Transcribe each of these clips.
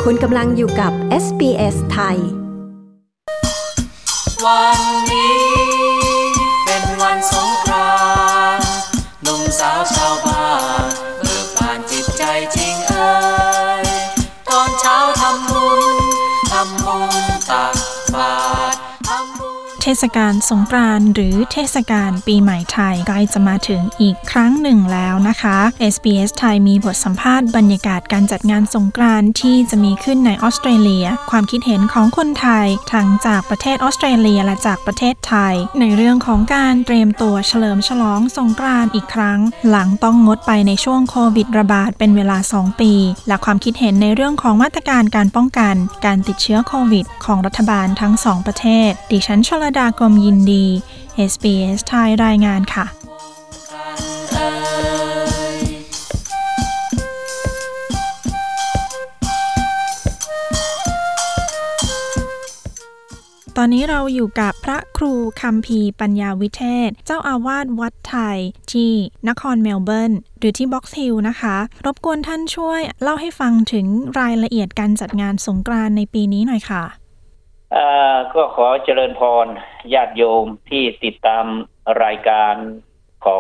คุณกำลังอยู่กับ SBS ไทยวันนี้เป็นวันสงกรานต์หนุ่มสาวชาวบ้านเบิกบานจิตใจจริงเอ่ยตอนเช้าทำบุญตักบาตรเทศกาลสงกรานต์หรือเทศกาลปีใหม่ไทยใกล้จะมาถึงอีกครั้งหนึ่งแล้วนะคะ SBS ไทยมีบทสัมภาษณ์บรรยากาศการจัดงานสงกรานต์ที่จะมีขึ้นในออสเตรเลียความคิดเห็นของคนไทยทั้งจากประเทศออสเตรเลียและจากประเทศไทยในเรื่องของการเตรียมตัวเฉลิมฉลองสงกรานต์อีกครั้งหลังต้องงดไปในช่วงโควิดระบาดเป็นเวลา2 ปีและความคิดเห็นในเรื่องของมาตรการการป้องกันการติดเชื้อโควิดของรัฐบาลทั้ง2ประเทศดิฉันชลดากรมยินดี SBS ไทยรายงานค่ะตอนนี้เราอยู่กับพระครูคัมภีร์ปัญญาวิเทศเจ้าอาวาสวัดไทยที่นครเมลเบิร์นหรือที่บ็อกซ์ฮิลล์นะคะรบกวนท่านช่วยเล่าให้ฟังถึงรายละเอียดการจัดงานสงกรานต์ในปีนี้หน่อยค่ะก็ขอเจริญพรญาติโยมที่ติดตามรายการของ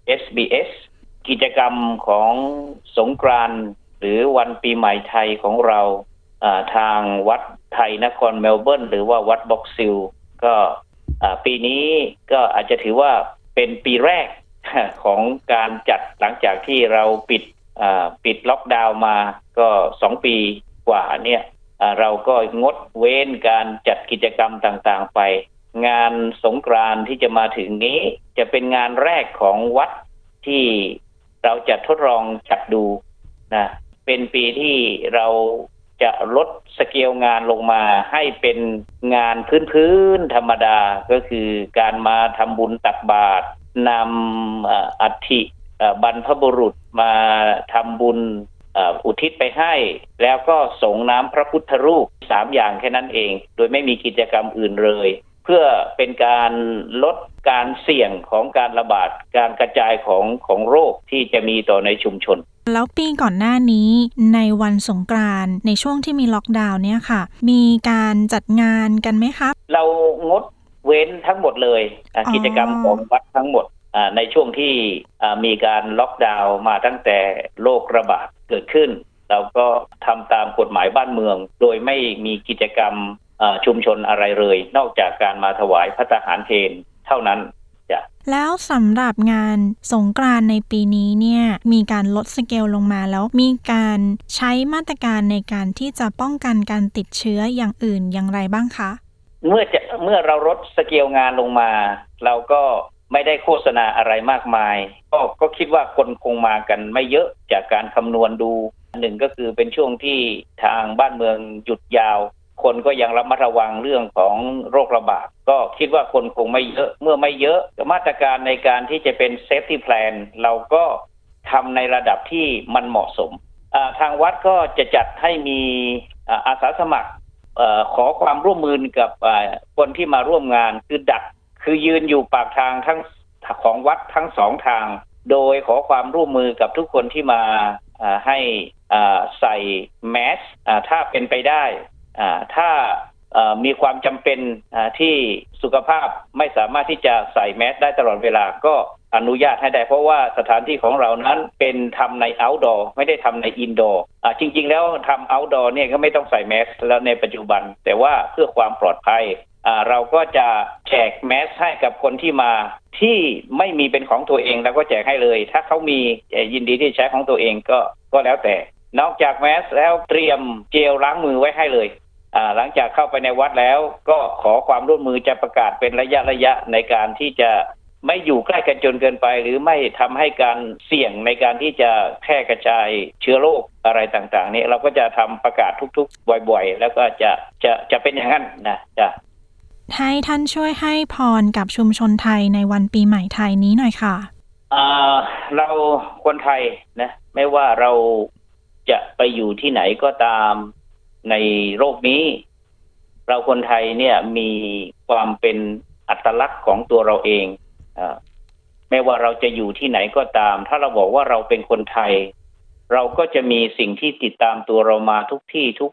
SBS กิจกรรมของสงกรานต์หรือวันปีใหม่ไทยของเราทางวัดไทยนครเมลเบิร์นหรือว่าวัดบ็อกซิลก็ปีนี้ก็อาจจะถือว่าเป็นปีแรกของการจัดหลังจากที่เราปิดล็อกดาวน์มาก็2 ปีกว่าเนี่ยเราก็งดเว้นการจัดกิจกรรมต่างๆไปงานสงกรานต์ที่จะมาถึงนี้จะเป็นงานแรกของวัดที่เราจะทดลองจัดดูนะเป็นปีที่เราจะลดสเกลงานลงมาให้เป็นงานพื้นๆธรรมดาก็คือการมาทำบุญตักบาตรนำอัฐิบรรพบุรุษมาทำบุญอุทิศไปให้แล้วก็ส่งน้ำพระพุทธรูป3 อย่างแค่นั้นเองโดยไม่มีกิจกรรมอื่นเลยเพื่อเป็นการลดการเสี่ยงของการระบาดการกระจายของโรคที่จะมีต่อในชุมชนแล้วปีก่อนหน้านี้ในวันสงกรานต์ในช่วงที่มีล็อกดาวน์เนี่ยค่ะมีการจัดงานกันไหมครับเรางดเว้นทั้งหมดเลยกิจกรรมของวัดทั้งหมดในช่วงที่มีการล็อกดาวน์มาตั้งแต่โรคระบาดเกิดขึ้นเราก็ทำตามกฎหมายบ้านเมืองโดยไม่มีกิจกรรมชุมชนอะไรเลยนอกจากการมาถวายภัตตาหารเพลเท่านั้นจ้ะแล้วสำหรับงานสงกรานต์ในปีนี้เนี่ยมีการลดสเกลลงมาแล้วมีการใช้มาตรการในการที่จะป้องกันการติดเชื้ออย่างอื่นอย่างไรบ้างคะเมื่อเราลดสเกลงานลงมาเราก็ไม่ได้โฆษณาอะไรมากมายก็คิดว่าคนคงมากันไม่เยอะจากการคำนวณดูหนึ่งก็คือเป็นช่วงที่ทางบ้านเมืองหยุดยาวคนก็ยังระมัดระวังเรื่องของโรคระบาดก็คิดว่าคนคงไม่เยอะเมื่อไม่เยอะมาตรการในการที่จะเป็นเซฟตี้แพลนเราก็ทำในระดับที่มันเหมาะสมทางวัดก็จะจัดให้มีอาสาสมัครขอความร่วมมือกับคนที่มาร่วมงานคือยืนอยู่ปากทางทั้งของวัดทั้ง2 ทางโดยขอความร่วมมือกับทุกคนที่มาให้ใส่แมสถ้าเป็นไปได้ถ้ามีความจำเป็นที่สุขภาพไม่สามารถที่จะใส่แมสได้ตลอดเวลาก็อนุญาตให้ได้เพราะว่าสถานที่ของเรานั้นเป็นทำใน outdoor ไม่ได้ทำใน indoor จริงๆแล้วทำ outdoor เนี่ยก็ไม่ต้องใส่แมสแล้วในปัจจุบันแต่ว่าเพื่อความปลอดภัยเราก็จะแจกแมสให้กับคนที่มาที่ไม่มีเป็นของตัวเองแล้วก็แจกให้เลยถ้าเขามียินดีที่ใช้ของตัวเองก็แล้วแต่นอกจากแมสแล้วเตรียมเจลล้างมือไว้ให้เลยหลังจากเข้าไปในวัดแล้วก็ขอความร่วมมือจะประกาศเป็นระยะในการที่จะไม่อยู่ใกล้กันจนเกินไปหรือไม่ทำให้การเสี่ยงในการที่จะแพร่กระจายเชื้อโรคอะไรต่างๆนี้เราก็จะทำประกาศทุกๆบ่อยๆแล้วก็จะเป็นอย่างนั้นนะจ้ะให้ท่านช่วยให้พรกับชุมชนไทยในวันปีใหม่ไทยนี้หน่อยค่ะเราคนไทยนะไม่ว่าเราจะไปอยู่ที่ไหนก็ตามในโลกนี้เราคนไทยเนี่ยมีความเป็นอัตลักษณ์ของตัวเราเองไม่ว่าเราจะอยู่ที่ไหนก็ตามถ้าเราบอกว่าเราเป็นคนไทยเราก็จะมีสิ่งที่ติดตามตัวเรามาทุกที่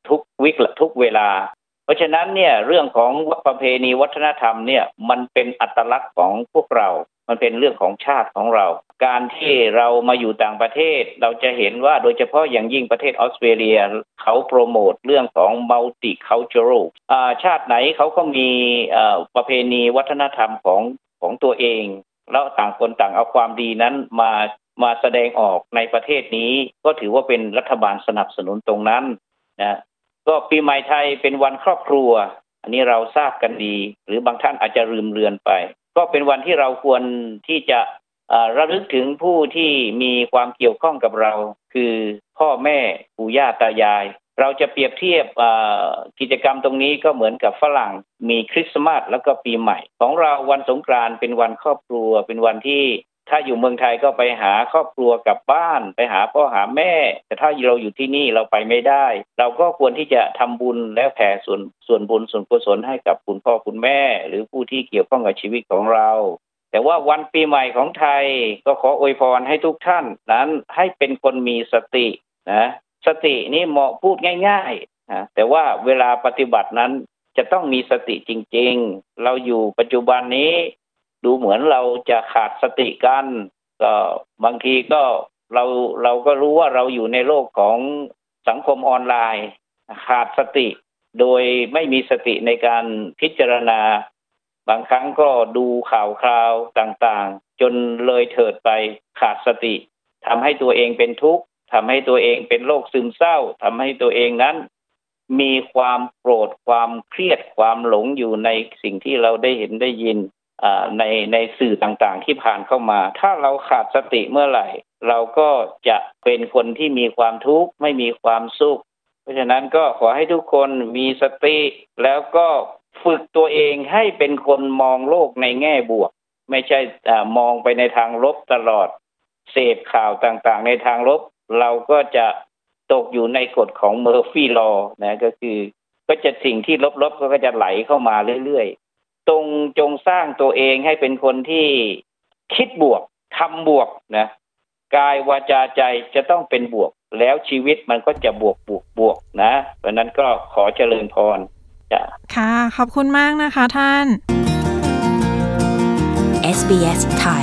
ทุกวิกฤตทุกเวลาเพราะฉะนั้นเนี่ยเรื่องของประเพณีวัฒนธรรมเนี่ยมันเป็นอัตลักษณ์ของพวกเรามันเป็นเรื่องของชาติของเราการที่เรามาอยู่ต่างประเทศเราจะเห็นว่าโดยเฉพาะอย่างยิ่งประเทศออสเตรเลียเขาโปรโมทเรื่องของ multicultural ชาติไหนเขาก็มีประเพณีวัฒนธรรมของตัวเองแล้วต่างคนต่างเอาความดีนั้นมาแสดงออกในประเทศนี้ก็ถือว่าเป็นรัฐบาลสนับสนุนตรงนั้นนะก็ปีใหม่ไทยเป็นวันครอบครัวอันนี้เราทราบกันดีหรือบางท่านอาจจะลืมเลือนไปก็เป็นวันที่เราควรที่จะระลึกถึงผู้ที่มีความเกี่ยวข้องกับเราคือพ่อแม่ปู่ย่าตายายเราจะเปรียบเทียบกิจกรรมตรงนี้ก็เหมือนกับฝรั่งมีคริสต์มาสแล้วก็ปีใหม่ของเราวันสงกรานต์เป็นวันครอบครัวเป็นวันที่ถ้าอยู่เมืองไทยก็ไปหาครอบครัวกลับบ้านไปหาพ่อหาแม่แต่ถ้าเราอยู่ที่นี่เราไปไม่ได้เราก็ควรที่จะทำบุญและแผ่ส่วนบุญส่วนกุศลให้กับคุณพ่อคุณแม่หรือผู้ที่เกี่ยวข้องกับชีวิตของเราแต่ว่าวันปีใหม่ของไทยก็ขออวยพรให้ทุกท่านนั้นให้เป็นคนมีสตินะสตินี่เหมาะพูดง่ายๆนะแต่ว่าเวลาปฏิบัตินั้นจะต้องมีสติจริงๆเราอยู่ปัจจุบันนี้ดูเหมือนเราจะขาดสติกันก็บางทีก็เราก็รู้ว่าเราอยู่ในโลกของสังคมออนไลน์ขาดสติโดยไม่มีสติในการพิจารณาบางครั้งก็ดูข่าวคราวต่างๆจนเลยเถิดไปขาดสติทำให้ตัวเองเป็นทุกข์ทำให้ตัวเองเป็นโรคซึมเศร้าทำให้ตัวเองนั้นมีความโกรธความเครียดความหลงอยู่ในสิ่งที่เราได้เห็นได้ยินในสื่อต่างๆที่ผ่านเข้ามาถ้าเราขาดสติเมื่อไหร่เราก็จะเป็นคนที่มีความทุกข์ไม่มีความสุขเพราะฉะนั้นก็ขอให้ทุกคนมีสติแล้วก็ฝึกตัวเองให้เป็นคนมองโลกในแง่บวกไม่ใช่มองไปในทางลบตลอดเสพข่าวต่างๆในทางลบเราก็จะตกอยู่ในกฎของเมอร์ฟี่ลอว์นะก็คือก็จะสิ่งที่ลบๆก็จะไหลเข้ามาเรื่อยๆจงสร้างตัวเองให้เป็นคนที่คิดบวกทำบวกนะกายวาจาใจจะต้องเป็นบวกแล้วชีวิตมันก็จะบวกนะเพราะนั้นก็ขอเจริญพรจ้ะค่ะขอบคุณมากนะคะท่าน SBS ไทย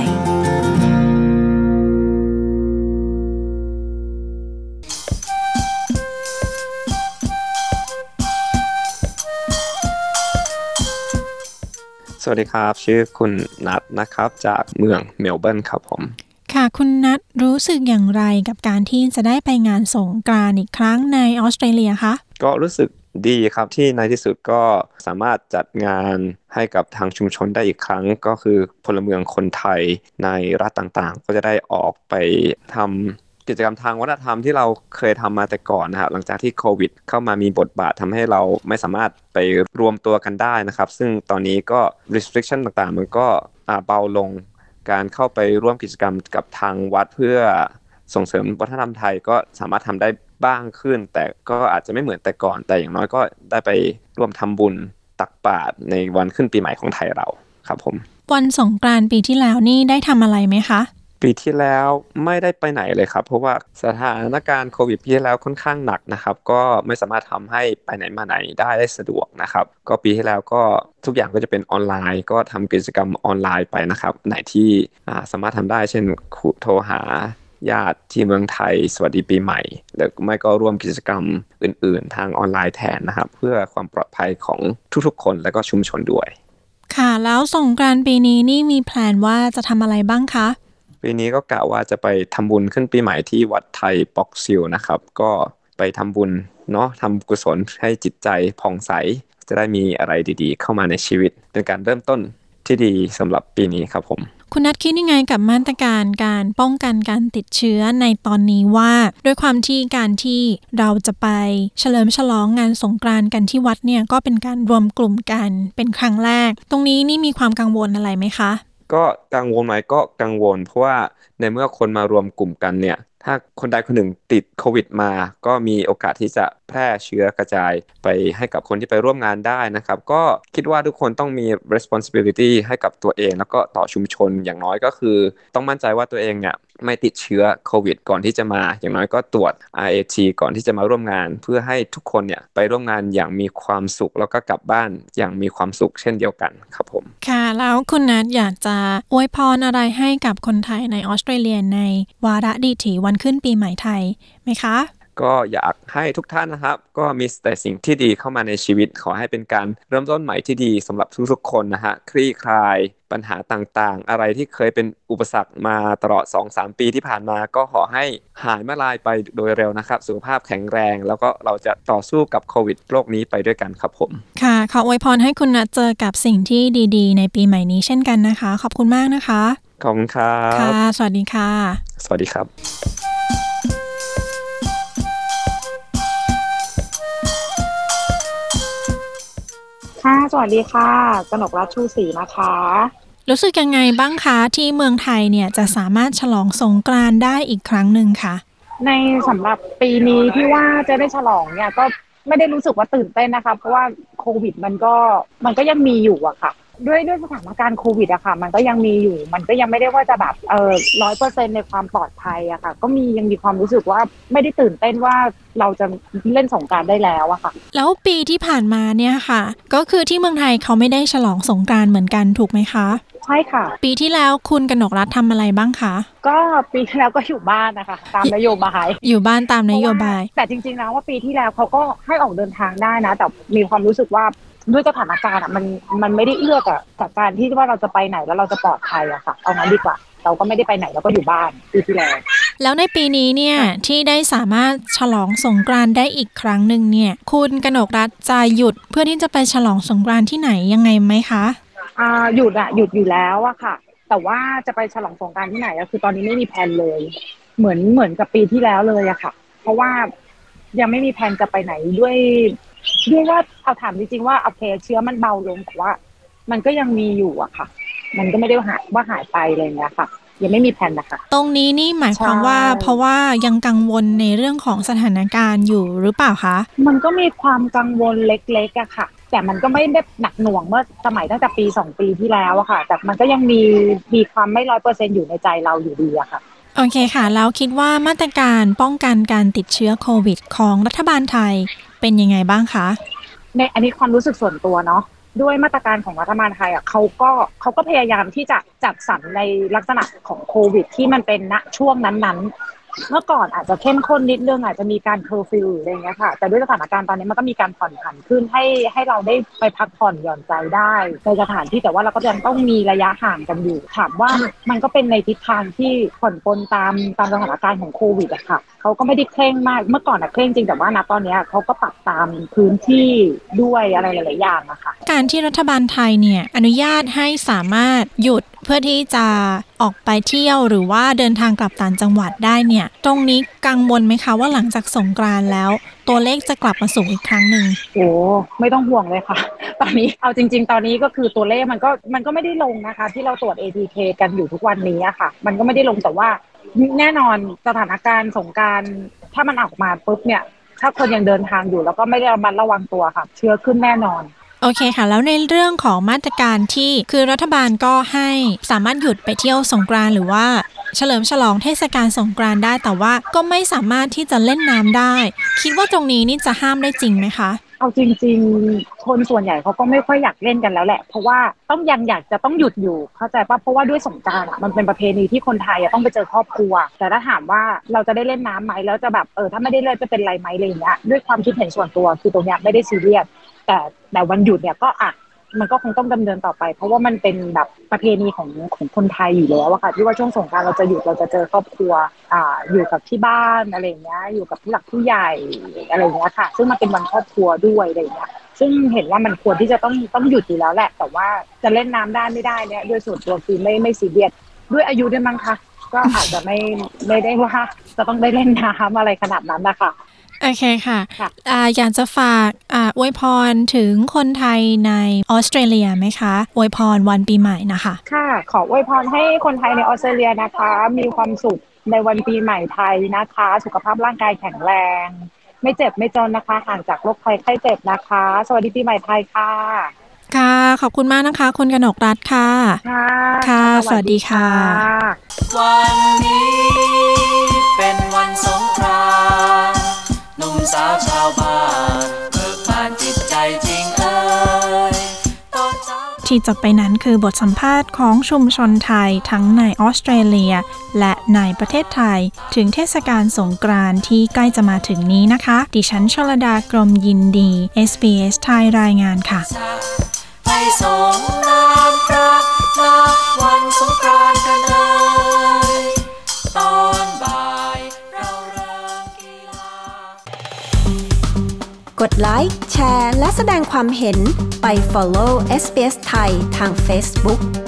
สวัสดีครับชื่อคุณนัทนะครับจากเมืองเมลเบิร์นครับผมค่ะคุณนัทรู้สึกอย่างไรกับการที่จะได้ไปงานสงกรานต์อีกครั้งในออสเตรเลียคะก็รู้สึกดีครับที่ในที่สุดก็สามารถจัดงานให้กับทางชุมชนได้อีกครั้งก็คือพลเมืองคนไทยในรัฐต่างๆก็จะได้ออกไปทำกิจกรรมทางวัฒนธรรมที่เราเคยทำมาแต่ก่อนนะครับหลังจากที่โควิดเข้ามามีบทบาททำให้เราไม่สามารถไปรวมตัวกันได้นะครับซึ่งตอนนี้ก็ restriction ต่างๆมันก็เบาลงการเข้าไปร่วมกิจกรรมกับทางวัดเพื่อส่งเสริมวัฒนธรรมไทยก็สามารถทำได้บ้างขึ้นแต่ก็อาจจะไม่เหมือนแต่ก่อนแต่อย่างน้อยก็ได้ไปร่วมทำบุญตักบาตรในวันขึ้นปีใหม่ของไทยเราครับผมวันสงกรานต์ปีที่แล้วนี่ได้ทำอะไรไหมคะปีที่แล้วไม่ได้ไปไหนเลยครับเพราะว่าสถานการณ์โควิดปีที่แล้วค่อนข้างหนักนะครับก็ไม่สามารถทำให้ไปไหนมาไหนได้สะดวกนะครับก็ปีที่แล้วก็ทุกอย่างก็จะเป็นออนไลน์ก็ทำกิจกรรมออนไลน์ไปนะครับไหนที่สามารถทำได้เช่นโทรหาญาติที่เมืองไทยสวัสดีปีใหม่หรือไม่ก็ร่วมกิจกรรมอื่นๆทางออนไลน์แทนนะครับเพื่อความปลอดภัยของทุกๆคนและก็ชุมชนด้วยค่ะแล้วสงกรานต์ปีนี้นี่มีแพลนว่าจะทำอะไรบ้างคะปีนี้ก็กะว่าจะไปทำบุญขึ้นปีใหม่ที่วัดไทยปอกซิลนะครับก็ไปทำบุญเนาะทำกุศลให้จิตใจผ่องใสจะได้มีอะไรดีๆเข้ามาในชีวิตเป็นการเริ่มต้นที่ดีสำหรับปีนี้ครับผมคุณนัทคิดยังไงกับมาตรการการป้องกันการติดเชื้อในตอนนี้ว่าด้วยความที่การที่เราจะไปเฉลิมฉลองงานสงกรานต์กันที่วัดเนี่ยก็เป็นการรวมกลุ่มกันเป็นครั้งแรกตรงนี้นี่มีความกังวลอะไรไหมคะก็กังวลไหมก็กังวลเพราะว่าในเมื่อคนมารวมกลุ่มกันเนี่ยถ้าคนใดคนหนึ่งติดโควิดมาก็มีโอกาสที่จะแพร่เชื้อกระจายไปให้กับคนที่ไปร่วมงานได้นะครับก็คิดว่าทุกคนต้องมี responsibility ให้กับตัวเองแล้วก็ต่อชุมชนอย่างน้อยก็คือต้องมั่นใจว่าตัวเองเนี่ยไม่ติดเชื้อโควิดก่อนที่จะมาอย่างน้อยก็ตรวจ RAT ก่อนที่จะมาร่วมงานเพื่อให้ทุกคนเนี่ยไปร่วมงานอย่างมีความสุขแล้วก็กลับบ้านอย่างมีความสุขเช่นเดียวกันครับผมค่ะแล้วคุณนัทอยากจะอวยพรอะไรให้กับคนไทยในออสเตรเลียในวาระดีถีวันขึ้นปีใหม่ไทยไหมคะก็อยากให้ทุกท่านนะครับก็มีแต่สิ่งที่ดีเข้ามาในชีวิตขอให้เป็นการเริ่มต้นใหม่ที่ดีสำหรับทุกๆคนนะฮะคลี่คลายปัญหาต่างๆอะไรที่เคยเป็นอุปสรรคมาตลอด 2-3 ปีที่ผ่านมาก็ขอให้หายมาลายไปโดยเร็วนะครับสุขภาพแข็งแรงแล้วก็เราจะต่อสู้กับโควิดโรคนี้ไปด้วยกันครับผมค่ะขออวยพรให้คุณนัทเจอกับสิ่งที่ดีๆในปีใหม่นี้เช่นกันนะคะขอบคุณมากนะคะขอบคุณครับค่ะสวัสดีค่ะสวัสดีครับสวัสดีค่ะกนกรัตน์ชูศรีนะคะรู้สึกยังไงบ้างคะที่เมืองไทยเนี่ยจะสามารถฉลองสงกรานต์ได้อีกครั้งหนึ่งค่ะในสำหรับปีนี้ที่ว่าจะได้ฉลองเนี่ยก็ไม่ได้รู้สึกว่าตื่นเต้นนะคะเพราะว่าโควิดมันก็ยังมีอยู่อะค่ะด้วยสถานการณ์โควิดอะค่ะมันก็ยังมีอยู่มันก็ยังไม่ได้ว่าจะแบบ100% ในความปลอดภัยอะค่ะก็ยังมีความรู้สึกว่าไม่ได้ตื่นเต้นว่าเราจะเล่นสงกรานต์ได้แล้วอะค่ะแล้วปีที่ผ่านมาเนี่ยค่ะก็คือที่เมืองไทยเขาไม่ได้ฉลองสงกรานต์เหมือนกันถูกไหมคะใช่ค่ะปีที่แล้วคุณกนกรัตน์ทำอะไรบ้างคะก็ปีที่แล้วก็อยู่บ้านนะคะตามนโยบายอยู่บ้านตามนโยบายแต่จริงๆแล้วว่าปีที่แล้วเขาก็ให้ออกเดินทางได้นะแต่มีความรู้สึกว่าด้วยสถานการณ์อ่ะมันไม่ได้เอื้อกับการที่ว่าเราจะไปไหนแล้วเราจะปลอดภัยอะค่ะเอางั้นดีกว่าเราก็ไม่ได้ไปไหนเราก็อยู่บ้านปีที่แล้วในปีนี้เนี่ยที่ได้สามารถฉลองสงกรานต์ได้อีกครั้งหนึ่งเนี่ยคุณกนกรัตน์จะหยุดเพื่อที่จะไปฉลองสงกรานต์ที่ไหนยังไงไหมคะหยุดอยู่แล้วอะค่ะแต่ว่าจะไปฉลองสงกรานต์ที่ไหนก็คือตอนนี้ไม่มีแผนเลยเหมือนกับปีที่แล้วเลยอะค่ะเพราะว่ายังไม่มีแผนจะไปไหนด้วยว่าเอาถามจริงๆว่าโอเคเชื้อมันเบาลงแต่ว่ามันก็ยังมีอยู่อะค่ะมันก็ไม่ได้หายไปเลยเงี้ยค่ะยังไม่มีแผนนะคะตรงนี้นี่หมายความว่าเพราะว่ายังกังวลในเรื่องของสถานการณ์อยู่หรือเปล่าคะมันก็มีความกังวลเล็กๆอะค่ะแต่มันก็ไม่ได้หนักหน่วงเมื่อสมัยตั้งแต่ปี2ปีที่แล้วอะค่ะแต่มันก็ยังมีความไม่ 100% อยู่ในใจเราอยู่ดีอะค่ะโอเคค่ะแล้วคิดว่ามาตรการป้องกันการติดเชื้อโควิดของรัฐบาลไทยเป็นยังไงบ้างคะในอันนี้ความรู้สึกส่วนตัวเนาะด้วยมาตรการของรัฐบาลไทยอ่ะเขาก็พยายามที่จะจัดสรรในลักษณะของโควิดที่มันเป็นณช่วงนั้นๆเมื่อก่อนอาจจะเข้มข้นนิดนึงอาจจะมีการเคอร์ฟิวอะไรอย่างเงี้ยค่ะแต่ด้วยสถานการณ์ตอนนี้มันก็มีการผ่อนผันขึ้นให้เราได้ไปพักผ่อนหย่อนใจได้ในสถานที่แต่ว่าเราก็ยังต้องมีระยะห่างกันอยู่ถามว่ามันก็เป็นในทิศทางที่ผ่อนปลนตามสถานการณ์ของโควิดอะค่ะเขาก็ไม่ได้เคร่งมากเมื่อก่อนอะเคร่งจริงแต่ว่าณตอนนี้เขาก็ปรับตามพื้นที่ด้วยอะไรหลายๆอย่างอะค่ะการที่รัฐบาลไทยเนี่ยอนุญาตให้สามารถหยุดเพื่อที่จะออกไปเที่ยวหรือว่าเดินทางกลับต่างจังหวัดได้เนี่ยตรงนี้กังวลไหมคะว่าหลังจากสงกรานต์แล้วตัวเลขจะกลับมาสูงอีกครั้งหนึ่งโอ้ไม่ต้องห่วงเลยค่ะตอนนี้เอาจริงๆตอนนี้ก็คือตัวเลขมันก็ไม่ได้ลงนะคะที่เราตรวจ ATK กันอยู่ทุกวันนี้อะค่ะมันก็ไม่ได้ลงแต่ว่าแน่นอนสถานการณ์สงกรานต์ถ้ามันออกมาปุ๊บเนี่ยถ้าคนยังเดินทางอยู่แล้วก็ไม่ได้ระวังตัวค่ะเชื้อขึ้นแน่นอนโอเคค่ะแล้วในเรื่องของมาตรการที่คือรัฐบาลก็ให้สามารถหยุดไปเที่ยวสงกรานต์หรือว่าเฉลิมฉลองเทศกาลสงกรานต์ได้แต่ว่าก็ไม่สามารถที่จะเล่นน้ำได้คิดว่าตรงนี้นี่จะห้ามได้จริงไหมคะเอาจริงๆคนส่วนใหญ่เขาก็ไม่ค่อยอยากเล่นกันแล้วแหละเพราะว่าอยากจะต้องหยุดอยู่เข้าใจป่ะเพราะว่าด้วยสงกรานต์มันเป็นประเพณีที่คนไทยต้องไปเจอครอบครัวแต่ถ้าถามว่าเราจะได้เล่นน้ำไหมแล้วจะแบบถ้าไม่ได้เล่นจะเป็นไรไหมอะไรอย่างเงี้ยด้วยความคิดเห็นส่วนตัวคือตรงเนี้ยไม่ได้ซีเรียสแต่วันหยุดเนี่ยก็มันก็คงต้องดำเนินต่อไปเพราะว่ามันเป็นแบบประเพณีของคนไทยอยู่แล้วอะค่ะที่ว่าช่วงสงกรานต์เราจะหยุดเราจะเจอครอบครัวอยู่กับที่บ้านอะไรอย่างเงี้ยอยู่กับผู้หลักผู้ใหญ่อะไรอย่างเงี้ยค่ะซึ่งมันเป็นวันครอบครัวด้วยอะไรอย่างเงี้ยซึ่งเห็นว่ามันควรที่จะต้องหยุดอยู่แล้วแหละแต่ว่าจะเล่นน้ำได้ไม่ได้เนี่ยด้วยส่วนตัวคือไม่ซีเรียสด้วยอายุด้วยมั้งคะก็อาจจะไม่ได้ว่าจะต้องได้เล่นน้ำอะไรขนาดนั้นนะคะโอเคค่ะอยากจะฝากอวยพรถึงคนไทยในออสเตรเลียไหมคะอวยพรวันปีใหม่นะคะค่ะขออวยพรให้คนไทยในออสเตรเลียนะคะมีความสุขในวันปีใหม่ไทยนะคะสุขภาพร่างกายแข็งแรงไม่เจ็บไม่จนนะคะห่างจากโรคภัยไข้เจ็บนะคะสวัสดีปีใหม่ไทยค่ะค่ะขอบคุณมากนะคะคุณกนกรัตน์ค่ะค่ะสวัสดีค่ะวันนี้เป็นวันสงกรานต์หนุ่มสาวชาวบ้านเบิกบานจิตใจจริงเอ่ยที่จบไปนั้นคือบทสัมภาษณ์ของชุมชนไทยทั้งในออสเตรเลียและในประเทศไทยถึงเทศกาลสงกรานต์ที่ใกล้จะมาถึงนี้นะคะดิฉันชลดากรมยินดี SBS ไทยรายงานค่ะให้ส่งน้ำพระณวันสงกรานต์กันเลยตอนบ่ายเราเริ่มกีฬากดไลค์แชร์และแสดงความเห็นไป follow SBS ไทยทาง Facebook